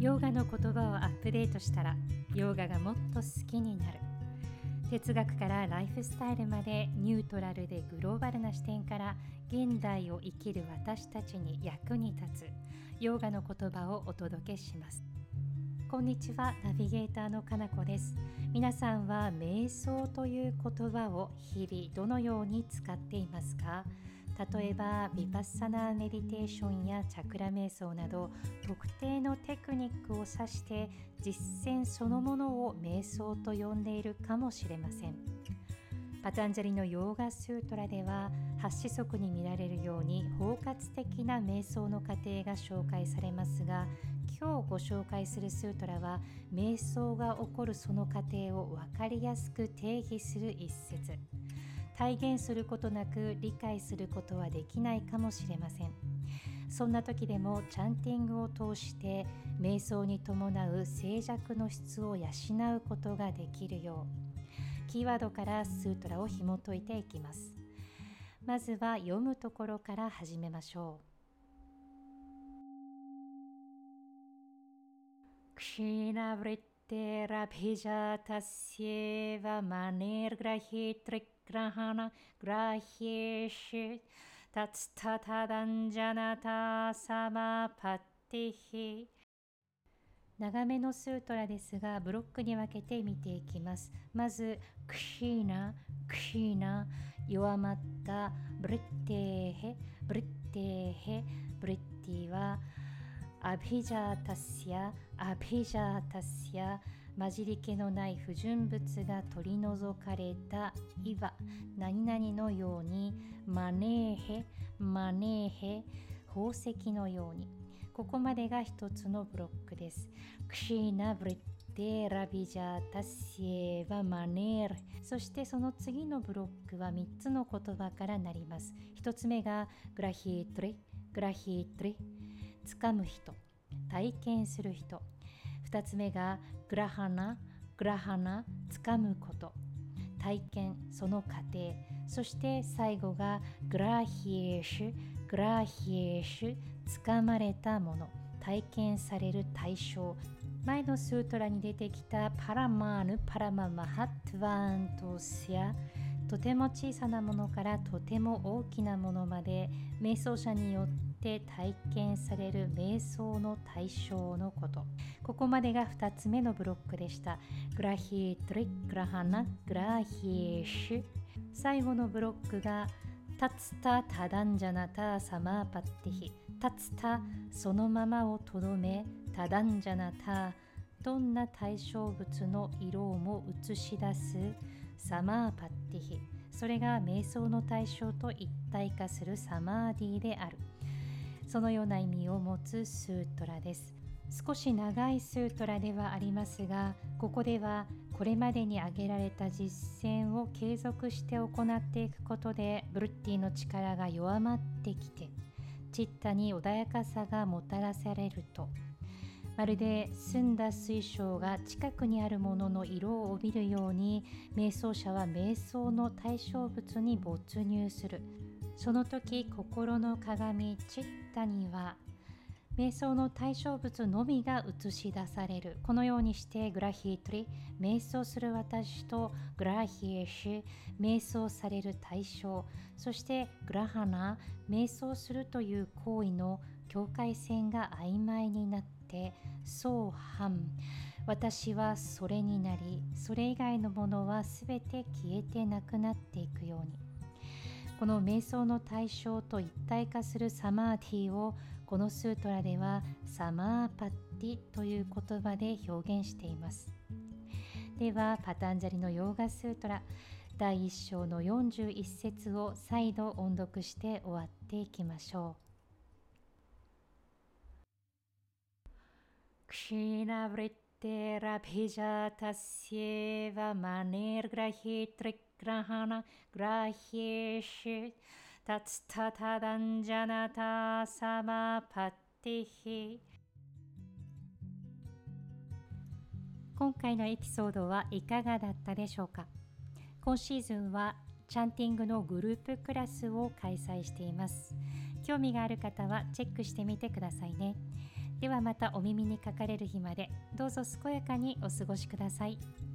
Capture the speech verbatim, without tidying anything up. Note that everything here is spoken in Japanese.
ヨガの言葉をアップデートしたらヨガがもっと好きになる。哲学からライフスタイルまでニュートラルでグローバルな視点から現代を生きる私たちに役に立つヨガの言葉をお届けします。こんにちは、ナビゲーターのかなこです。皆さんは瞑想という言葉を日々どのように使っていますか？例えばヴィパッサナーメディテーションやチャクラ瞑想など特定のテクニックを指して実践そのものを瞑想と呼んでいるかもしれません。パタンジャリのヨーガスートラでははちしょくに見られるように包括的な瞑想の過程が紹介されますが、今日ご紹介するスートラは瞑想が起こるその過程を分かりやすく定義する一節。体現することなく理解することはできないかもしれません。そんな時でもチャンティングを通して瞑想に伴う静寂の質を養うことができるよう、キーワードからスートラを紐解いていきます。まずは読むところから始めましょう。クシーナヴリッテラビジャタシエヴァマネルグラヒトリグラハナグラヒエシタツタタダンジャナタサマパッティヒ。長めのスートラですがブロックに分けて見ていきます。まずクシーナクシーナ、弱まったブリッテーヘブリッテーヘブリッティはアビジャータスヤアビジャータスヤ、混じり気のない不純物が取り除かれたイヴァ何々のように、マネーヘマネーヘ宝石のように。ここまでが一つのブロックです。クシーナブリッテラビジャータシエヴァマネール。そしてその次のブロックはみっつの言葉からなります。一つ目がグラヒートリグラヒートリ、掴む人、体験する人。二つ目がグラハナグラハナ、掴むこと、体験、その過程。そして最後がグラヒエシュグラヒエシュ、掴まれたもの、体験される対象。前のスートラに出てきたパラマーヌパラママハットワントスヤ、とても小さなものからとても大きなものまで瞑想者によって体験される瞑想の対象のこと。ここまでがふたつめのブロックでした。グラヒートリグラハナグラヒエシュ。最後のブロックがタツタタダンジャナタサマーパッティヒ。タツタ、そのままをとどめ、タダンジャナタ、どんな対象物の色も映し出すサマーパッティヒ。それが瞑想の対象と一体化するサマーディである。そのような意味を持つスートラです。少し長いスートラではありますが、ここではこれまでに挙げられた実践を継続して行っていくことでブルッティの力が弱まってきてチッタに穏やかさがもたらされると、まるで澄んだ水晶が近くにあるものの色を帯びるように、瞑想者は瞑想の対象物に没入する。その時心の鏡チッタには瞑想の対象物のみが映し出される。このようにしてグラヒートリ、瞑想する私とグラヒエシュ、瞑想される対象、そしてグラハナ、瞑想するという行為の境界線が曖昧になって、ソーハン、私はそれになり、それ以外のものはすべて消えてなくなっていくように。この瞑想の対象と一体化するサマーディをこのスートラではサマーパッティという言葉で表現しています。ではパタンジャリのヨーガスートラだいいっ章のよんじゅういち節を再度音読して終わっていきましょう。クシーナヴリッテラビジャタシエヴァマネルグラヒトリグラハナグラヒエシュタツタタダンジャナタサマパッティヒ。今回のエピソードはいかがだったでしょうか。今シーズンはチャンティングのグループクラスを開催しています。興味がある方はチェックしてみてくださいね。でではまたお耳にかかれる日までどうぞ健やかにお過ごしください。